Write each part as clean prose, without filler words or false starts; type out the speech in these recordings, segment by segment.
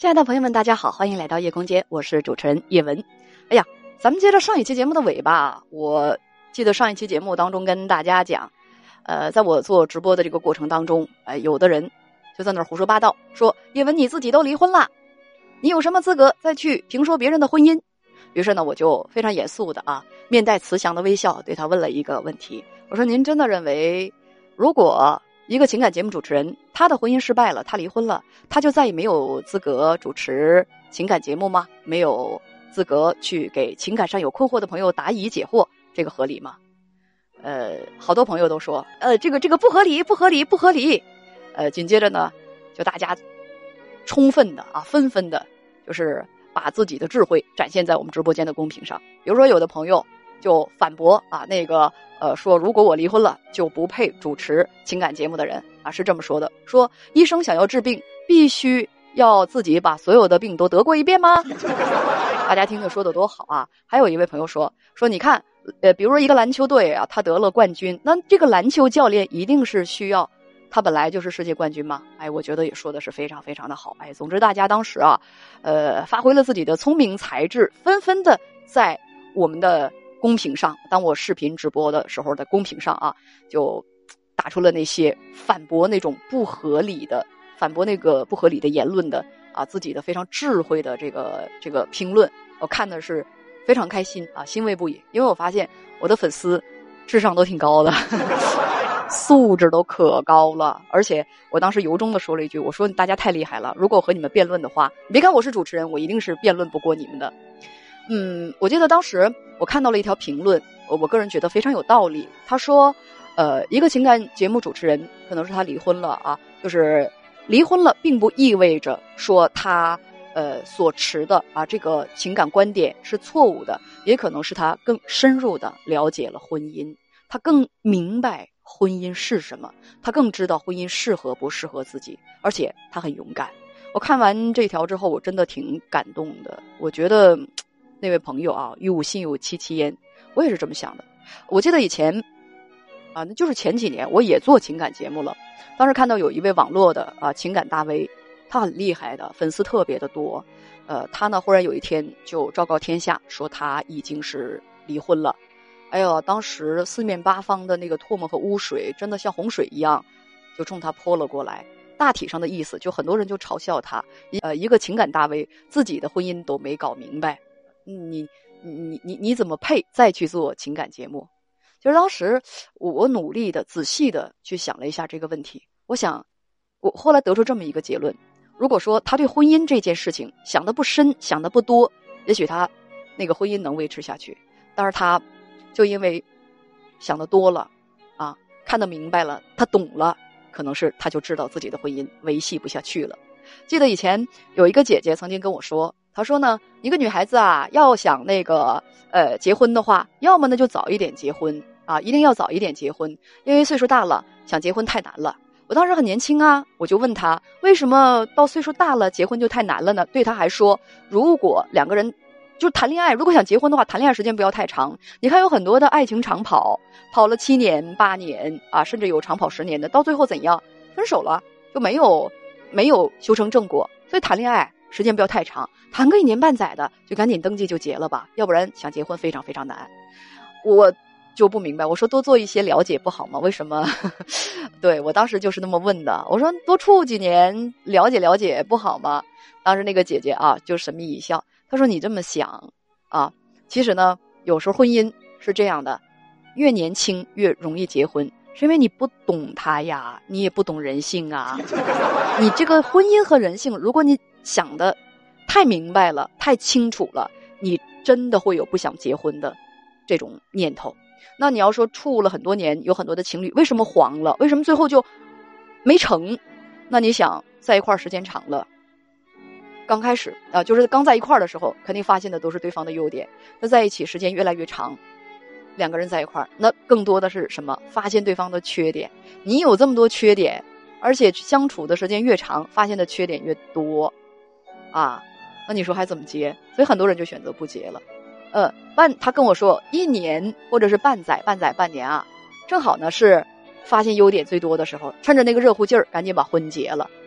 亲爱的朋友们，大家好，欢迎来到夜空间，我是主持人叶文。哎呀，咱们接着上一期节目的尾巴，我记得上一期节目当中跟大家讲，在我做直播的这个过程当中，有的人就在那儿胡说八道，说叶文你自己都离婚了，你有什么资格再去评说别人的婚姻？于是呢，我就非常严肃的面带慈祥的微笑对他问了一个问题，我说您真的认为，如果一个情感节目主持人，他的婚姻失败了，他离婚了，他就再也没有资格主持情感节目吗？没有资格去给情感上有困惑的朋友答疑解惑，这个合理吗？好多朋友都说，这个不合理，不合理，不合理。紧接着呢，就大家充分的纷纷的，就是把自己的智慧展现在我们直播间的公屏上。比如说，有的朋友就反驳说如果我离婚了就不配主持情感节目的人是这么说的，说医生想要治病必须要自己把所有的病都得过一遍吗？大家听着说的多好啊！还有一位朋友说你看，比如说一个篮球队他得了冠军，那这个篮球教练一定是需要他本来就是世界冠军吗？我觉得也说的是非常非常的好。总之大家当时发挥了自己的聪明才智，纷纷的在我们的公屏上，当我视频直播的时候的公屏上就打出了那些反驳那种不合理的言论的自己的非常智慧的这个评论，我看的是非常开心欣慰不已，因为我发现我的粉丝智商都挺高的素质都可高了，而且我当时由衷的说了一句，我说大家太厉害了，如果我和你们辩论的话，你别看我是主持人，我一定是辩论不过你们的。我记得当时我看到了一条评论，我个人觉得非常有道理。他说，一个情感节目主持人可能是他离婚了就是离婚了，并不意味着说他所持的这个情感观点是错误的，也可能是他更深入的了解了婚姻，他更明白婚姻是什么，他更知道婚姻适合不适合自己，而且他很勇敢。我看完这条之后，我真的挺感动的。我觉得那位朋友与吾心有戚戚焉，我也是这么想的。我记得以前那就是前几年我也做情感节目了，当时看到有一位网络的情感大 V， 他很厉害的，粉丝特别的多。他呢忽然有一天就昭告天下说他已经是离婚了。哎呦，当时四面八方的那个唾沫和污水真的像洪水一样就冲他泼了过来。大体上的意思就很多人就嘲笑他，一个情感大 V 自己的婚姻都没搞明白，你怎么配再去做情感节目？就是当时我努力的仔细的去想了一下这个问题，我后来得出这么一个结论，如果说他对婚姻这件事情想得不深，想得不多，也许他那个婚姻能维持下去，但是他就因为想得多了看得明白了，他懂了，可能是他就知道自己的婚姻维系不下去了。记得以前有一个姐姐曾经跟我说，她说呢，一个女孩子要想结婚的话，要么呢就早一点结婚一定要早一点结婚，因为岁数大了想结婚太难了。我当时很年轻我就问她为什么到岁数大了结婚就太难了呢？对她还说，如果两个人就谈恋爱，如果想结婚的话，谈恋爱时间不要太长。你看有很多的爱情长跑了7年8年甚至有长跑10年的，到最后怎样？分手了，就没有修成正果。所以谈恋爱时间不要太长，谈个1年半载的就赶紧登记就结了吧，要不然想结婚非常非常难。我就不明白，我说多做一些了解不好吗？为什么对，我当时就是那么问的，我说多处几年了解了解不好吗？当时那个姐姐就神秘一笑，她说你这么想其实呢有时候婚姻是这样的，越年轻越容易结婚，是因为你不懂它呀，你也不懂人性你这个婚姻和人性，如果你想的太明白了太清楚了，你真的会有不想结婚的这种念头。那你要说处了很多年，有很多的情侣为什么黄了，为什么最后就没成？那你想在一块儿时间长了，刚开始就是刚在一块儿的时候肯定发现的都是对方的优点，那在一起时间越来越长，两个人在一块儿，那更多的是什么？发现对方的缺点。你有这么多缺点，而且相处的时间越长，发现的缺点越多那你说还怎么结？所以很多人就选择不结了。他跟我说1年或者是半载半年正好呢是发现优点最多的时候，趁着那个热乎劲儿赶紧把婚结了。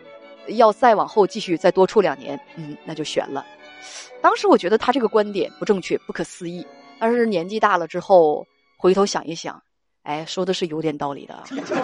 要再往后继续再多出2年，那就悬了。当时我觉得他这个观点不正确，不可思议。但是年纪大了之后，回头想一想，说的是有点道理的。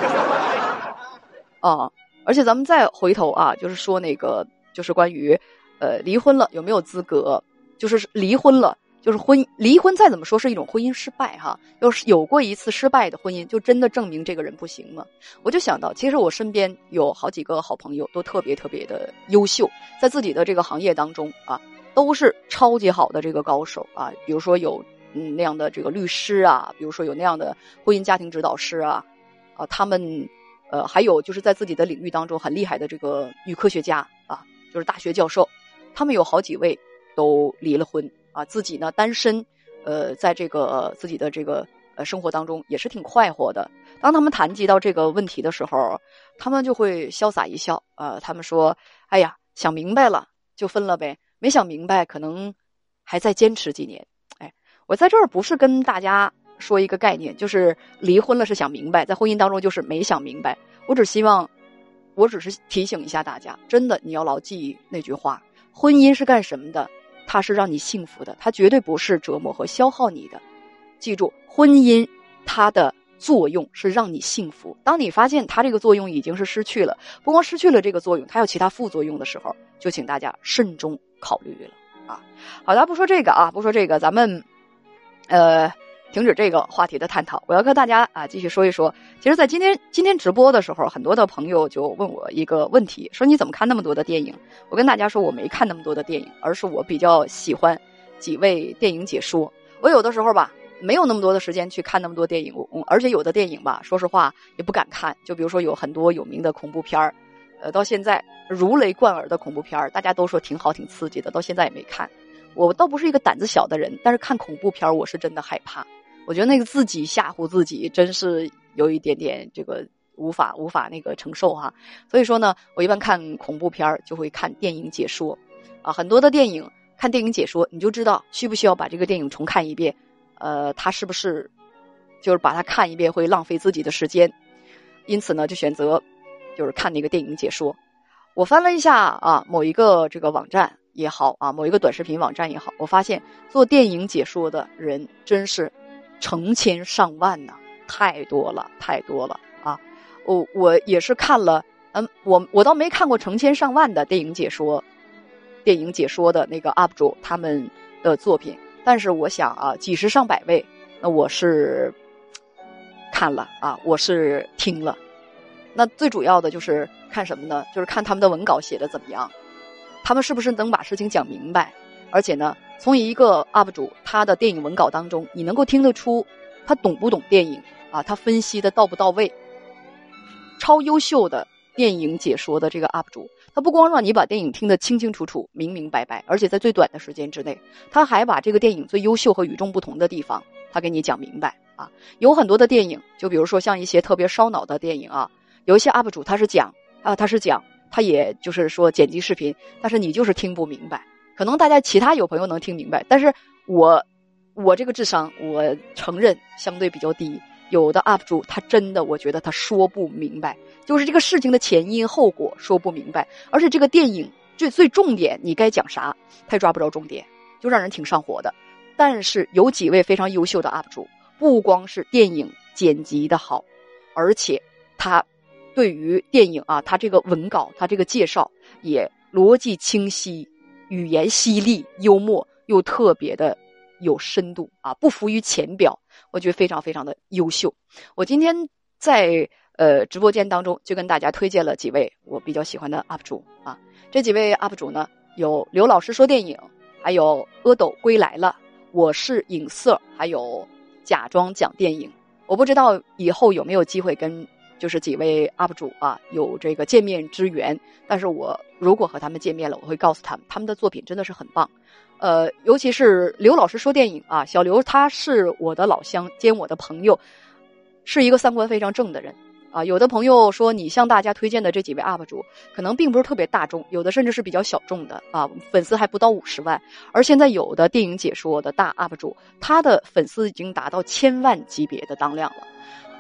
而且咱们再回头啊，就是说那个，就是关于离婚了有没有资格，就是离婚了。就是离婚再怎么说是一种婚姻失败哈，要是有过一次失败的婚姻，就真的证明这个人不行吗？我就想到，其实我身边有好几个好朋友都特别特别的优秀，在自己的这个行业当中啊，都是超级好的这个高手啊。比如说有那样的这个律师啊，比如说有那样的婚姻家庭指导师啊，他们还有就是在自己的领域当中很厉害的这个女科学家啊，就是大学教授，他们有好几位都离了婚。自己呢单身，在这个自己的这个生活当中也是挺快活的。当他们谈及到这个问题的时候，他们就会潇洒一笑，他们说：“哎呀，想明白了就分了呗，没想明白可能还再坚持几年。”我在这儿不是跟大家说一个概念，就是离婚了是想明白，在婚姻当中就是没想明白。我只是提醒一下大家，真的你要牢记那句话：婚姻是干什么的？它是让你幸福的，它绝对不是折磨和消耗你的。记住，婚姻它的作用是让你幸福。当你发现它这个作用已经是失去了，不光失去了这个作用，它有其他副作用的时候，就请大家慎重考虑了啊。好的，不说这个，咱们停止这个话题的探讨。我要跟大家继续说一说。其实在今天直播的时候，很多的朋友就问我一个问题，说你怎么看那么多的电影？我跟大家说，我没看那么多的电影，而是我比较喜欢几位电影解说。我有的时候吧，没有那么多的时间去看那么多电影，而且有的电影吧，说实话也不敢看。就比如说有很多有名的恐怖片儿，到现在如雷贯耳的恐怖片儿，大家都说挺好挺刺激的，到现在也没看。我倒不是一个胆子小的人，但是看恐怖片儿我是真的害怕。我觉得那个自己吓唬自己，真是有一点点这个无法那个承受哈。所以说呢，我一般看恐怖片就会看电影解说很多的电影看电影解说，你就知道需不需要把这个电影重看一遍，它是不是就是把它看一遍会浪费自己的时间。因此呢，就选择就是看那个电影解说。我翻了一下某一个这个网站也好某一个短视频网站也好，我发现做电影解说的人真是成千上万呢，太多了啊！我也是看了，我倒没看过成千上万的电影解说的那个 UP 主他们的作品，但是我想几十上百位，那我是看了我是听了。那最主要的就是看什么呢？就是看他们的文稿写的怎么样，他们是不是能把事情讲明白，而且呢，从一个 UP 主他的电影文稿当中，你能够听得出他懂不懂电影他分析的到不到位。超优秀的电影解说的这个 UP 主，他不光让你把电影听得清清楚楚、明明白白，而且在最短的时间之内，他还把这个电影最优秀和与众不同的地方，他给你讲明白有很多的电影，就比如说像一些特别烧脑的电影有一些 UP 主他是讲，他也就是说剪辑视频，但是你就是听不明白。可能大家其他有朋友能听明白，但是我这个智商，我承认相对比较低。有的 UP 主他真的，我觉得他说不明白，就是这个事情的前因后果说不明白，而且这个电影最重点你该讲啥，他也抓不着重点，就让人挺上火的。但是有几位非常优秀的 UP 主，不光是电影剪辑的好，而且他对于电影他这个文稿，他这个介绍也逻辑清晰，语言犀利，幽默又特别的有深度不浮于浅表，我觉得非常非常的优秀。我今天在直播间当中就跟大家推荐了几位我比较喜欢的 UP 主这几位 UP 主呢，有刘老师说电影，还有阿斗归来了，我是影色，还有假装讲电影。我不知道以后有没有机会跟就是几位 UP 主有这个见面之缘，但是我如果和他们见面了，我会告诉他们，他们的作品真的是很棒。尤其是刘老师说电影小刘他是我的老乡兼我的朋友，是一个三观非常正的人有的朋友说你向大家推荐的这几位 UP 主可能并不是特别大众，有的甚至是比较小众的粉丝还不到50万，而现在有的电影解说的大 UP 主，他的粉丝已经达到1000万级别的当量了。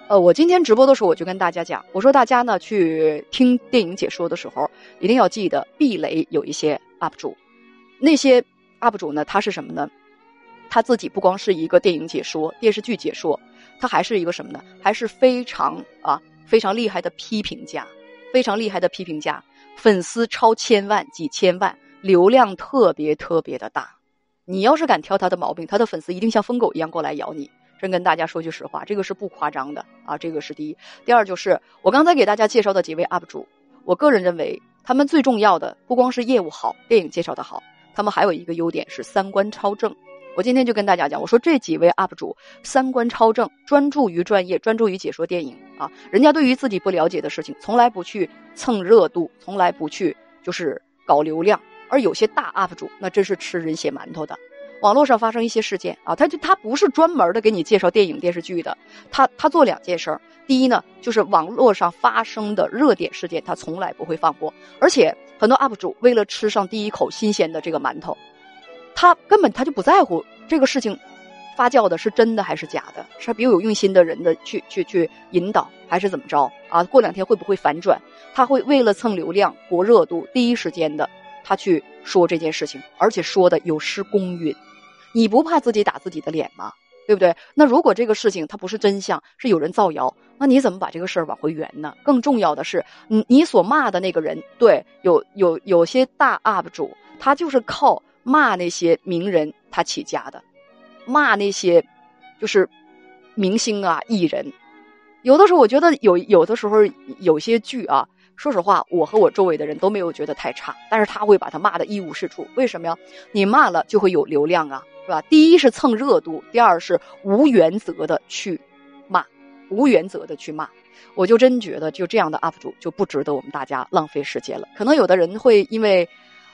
我今天直播的时候我就跟大家讲，我说大家呢去听电影解说的时候，一定要记得避雷有一些 UP 主，那些 UP 主呢，他是什么呢？他自己不光是一个电影解说、电视剧解说，他还是一个什么呢？还是非常厉害的批评家，非常厉害的批评家，粉丝超千万、几千万，流量特别特别的大。你要是敢挑他的毛病，他的粉丝一定像疯狗一样过来咬你。真跟大家说句实话，这个是不夸张的啊，这个是第一。第二就是我刚才给大家介绍的几位 UP 主，我个人认为他们最重要的不光是业务好，电影介绍的好，他们还有一个优点是三观超正。我今天就跟大家讲，我说这几位 UP 主三观超正，专注于专业，专注于解说电影啊。人家对于自己不了解的事情，从来不去蹭热度，从来不去就是搞流量。而有些大 UP 主，那真是吃人血馒头的。网络上发生一些事件啊，他不是专门的给你介绍电影电视剧的，他做两件事。第一呢，就是网络上发生的热点事件，他从来不会放过。而且很多 UP 主为了吃上第一口新鲜的这个馒头，他根本就不在乎这个事情发酵的是真的还是假的，是别有用心的人的去引导，还是怎么着啊？过两天会不会反转？他会为了蹭流量、博热度，第一时间的他去说这件事情，而且说的有失公允。你不怕自己打自己的脸吗？对不对？那如果这个事情它不是真相，是有人造谣，那你怎么把这个事儿往回圆呢？更重要的是，你所骂的那个人，对，有些大 UP 主，他就是靠骂那些名人他起家的，骂那些就是明星啊、艺人。有的时候我觉得有的时候有些剧啊，说实话，我和我周围的人都没有觉得太差，但是他会把他骂得一无是处。为什么呀？你骂了就会有流量啊，是吧？第一是蹭热度，第二是无原则的去骂，无原则的去骂。我就真觉得就这样的 UP 主就不值得我们大家浪费时间了。可能有的人会因为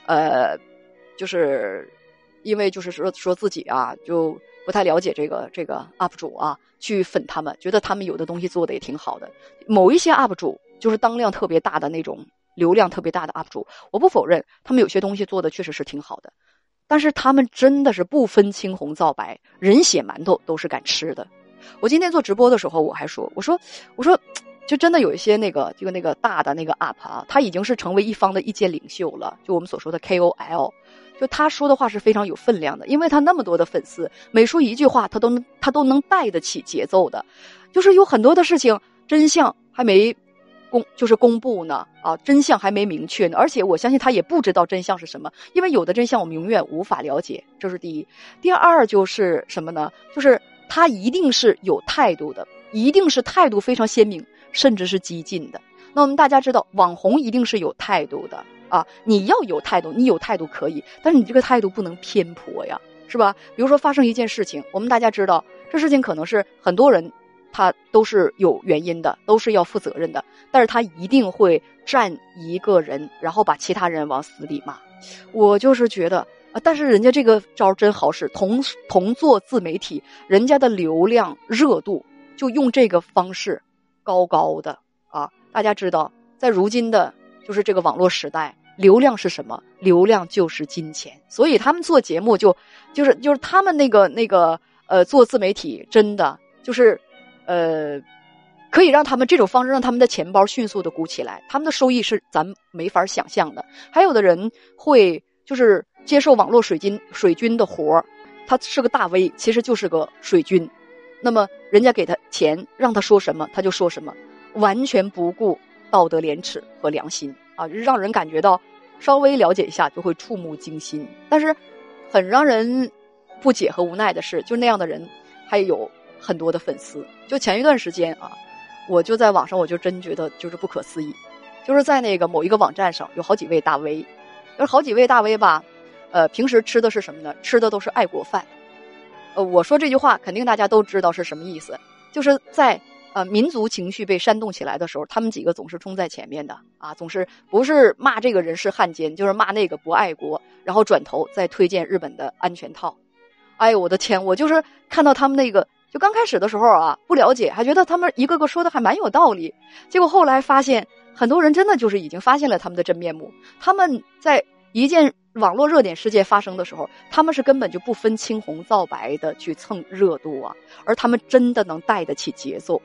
就是说自己啊就不太了解这个 UP 主啊，去粉他们，觉得他们有的东西做的也挺好的。某一些 UP 主就是当量特别大的那种，流量特别大的 UP 主，我不否认他们有些东西做的确实是挺好的，但是他们真的是不分青红皂白，人血馒头都是敢吃的。我今天做直播的时候，我还说，我说，就真的有一些那个大的那个 UP 啊，他已经是成为一方的意见领袖了，就我们所说的 KOL， 就他说的话是非常有分量的，因为他那么多的粉丝，每说一句话，他都能带得起节奏的。就是有很多的事情，真相还没公布呢啊，真相还没明确呢，而且我相信他也不知道真相是什么，因为有的真相我们永远无法了解，这是第一。第二就是什么呢？就是他一定是有态度的，一定是态度非常鲜明，甚至是激进的。那我们大家知道，网红一定是有态度的啊，你要有态度，你有态度可以，但是你这个态度不能偏颇呀，是吧？比如说发生一件事情，我们大家知道这事情可能是很多人他都是有原因的，都是要负责任的，但是他一定会站一个人，然后把其他人往死里骂。我就是觉得但是人家这个招真好使，同做自媒体，人家的流量热度就用这个方式高高的啊！大家知道，在如今的就是这个网络时代，流量是什么？流量就是金钱。所以他们做节目就是他们那个做自媒体真的就是可以让他们这种方式让他们的钱包迅速的鼓起来，他们的收益是咱没法想象的。还有的人会就是接受网络水军的活儿，他是个大 V， 其实就是个水军。那么人家给他钱，让他说什么他就说什么，完全不顾道德廉耻和良心啊，让人感觉到稍微了解一下就会触目惊心。但是很让人不解和无奈的是，就那样的人还有很多的粉丝。就前一段时间啊，我就在网上我就真觉得就是不可思议，就是在那个某一个网站上有好几位大 V， 就是好几位大 V 吧，平时吃的是什么呢？吃的都是爱国饭。我说这句话肯定大家都知道是什么意思，就是在民族情绪被煽动起来的时候，他们几个总是冲在前面的啊，总是不是骂这个人是汉奸，就是骂那个不爱国，然后转头再推荐日本的安全套。哎呦我的天，我就是看到他们那个就刚开始的时候啊，不了解，还觉得他们一个个说的还蛮有道理，结果后来发现很多人真的就是已经发现了他们的真面目。他们在一件网络热点事件发生的时候，他们是根本就不分青红皂白的去蹭热度啊，而他们真的能带得起节奏。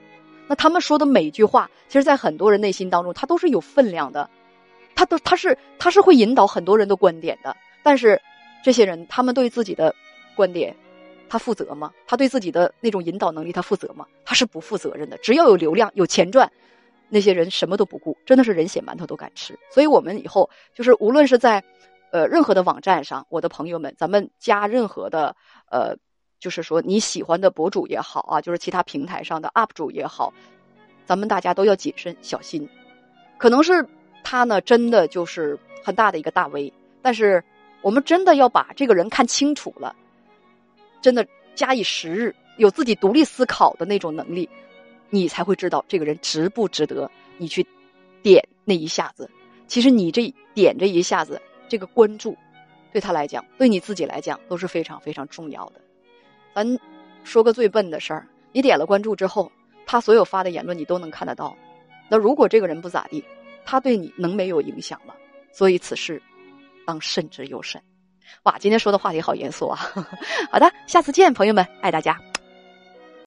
那他们说的每句话，其实在很多人内心当中，他都是有分量的，他是会引导很多人的观点的。但是这些人，他们对自己的观点，他负责吗？他对自己的那种引导能力，他负责吗？他是不负责任的。只要有流量、有钱赚，那些人什么都不顾，真的是人血馒头都敢吃。所以我们以后就是无论是在任何的网站上，我的朋友们，咱们加任何的就是说你喜欢的博主也好啊，就是其他平台上的 UP 主也好，咱们大家都要谨慎小心。可能是他呢真的就是很大的一个大 V， 但是我们真的要把这个人看清楚了，真的加以时日，有自己独立思考的那种能力，你才会知道这个人值不值得你去点那一下子。其实你这点这一下子，这个关注对他来讲，对你自己来讲都是非常非常重要的。咱说个最笨的事儿，你点了关注之后，他所有发的言论你都能看得到。那如果这个人不咋地，他对你能没有影响吗？所以此事当慎之又慎。哇，今天说的话题好严肃啊。好的，下次见，朋友们，爱大家。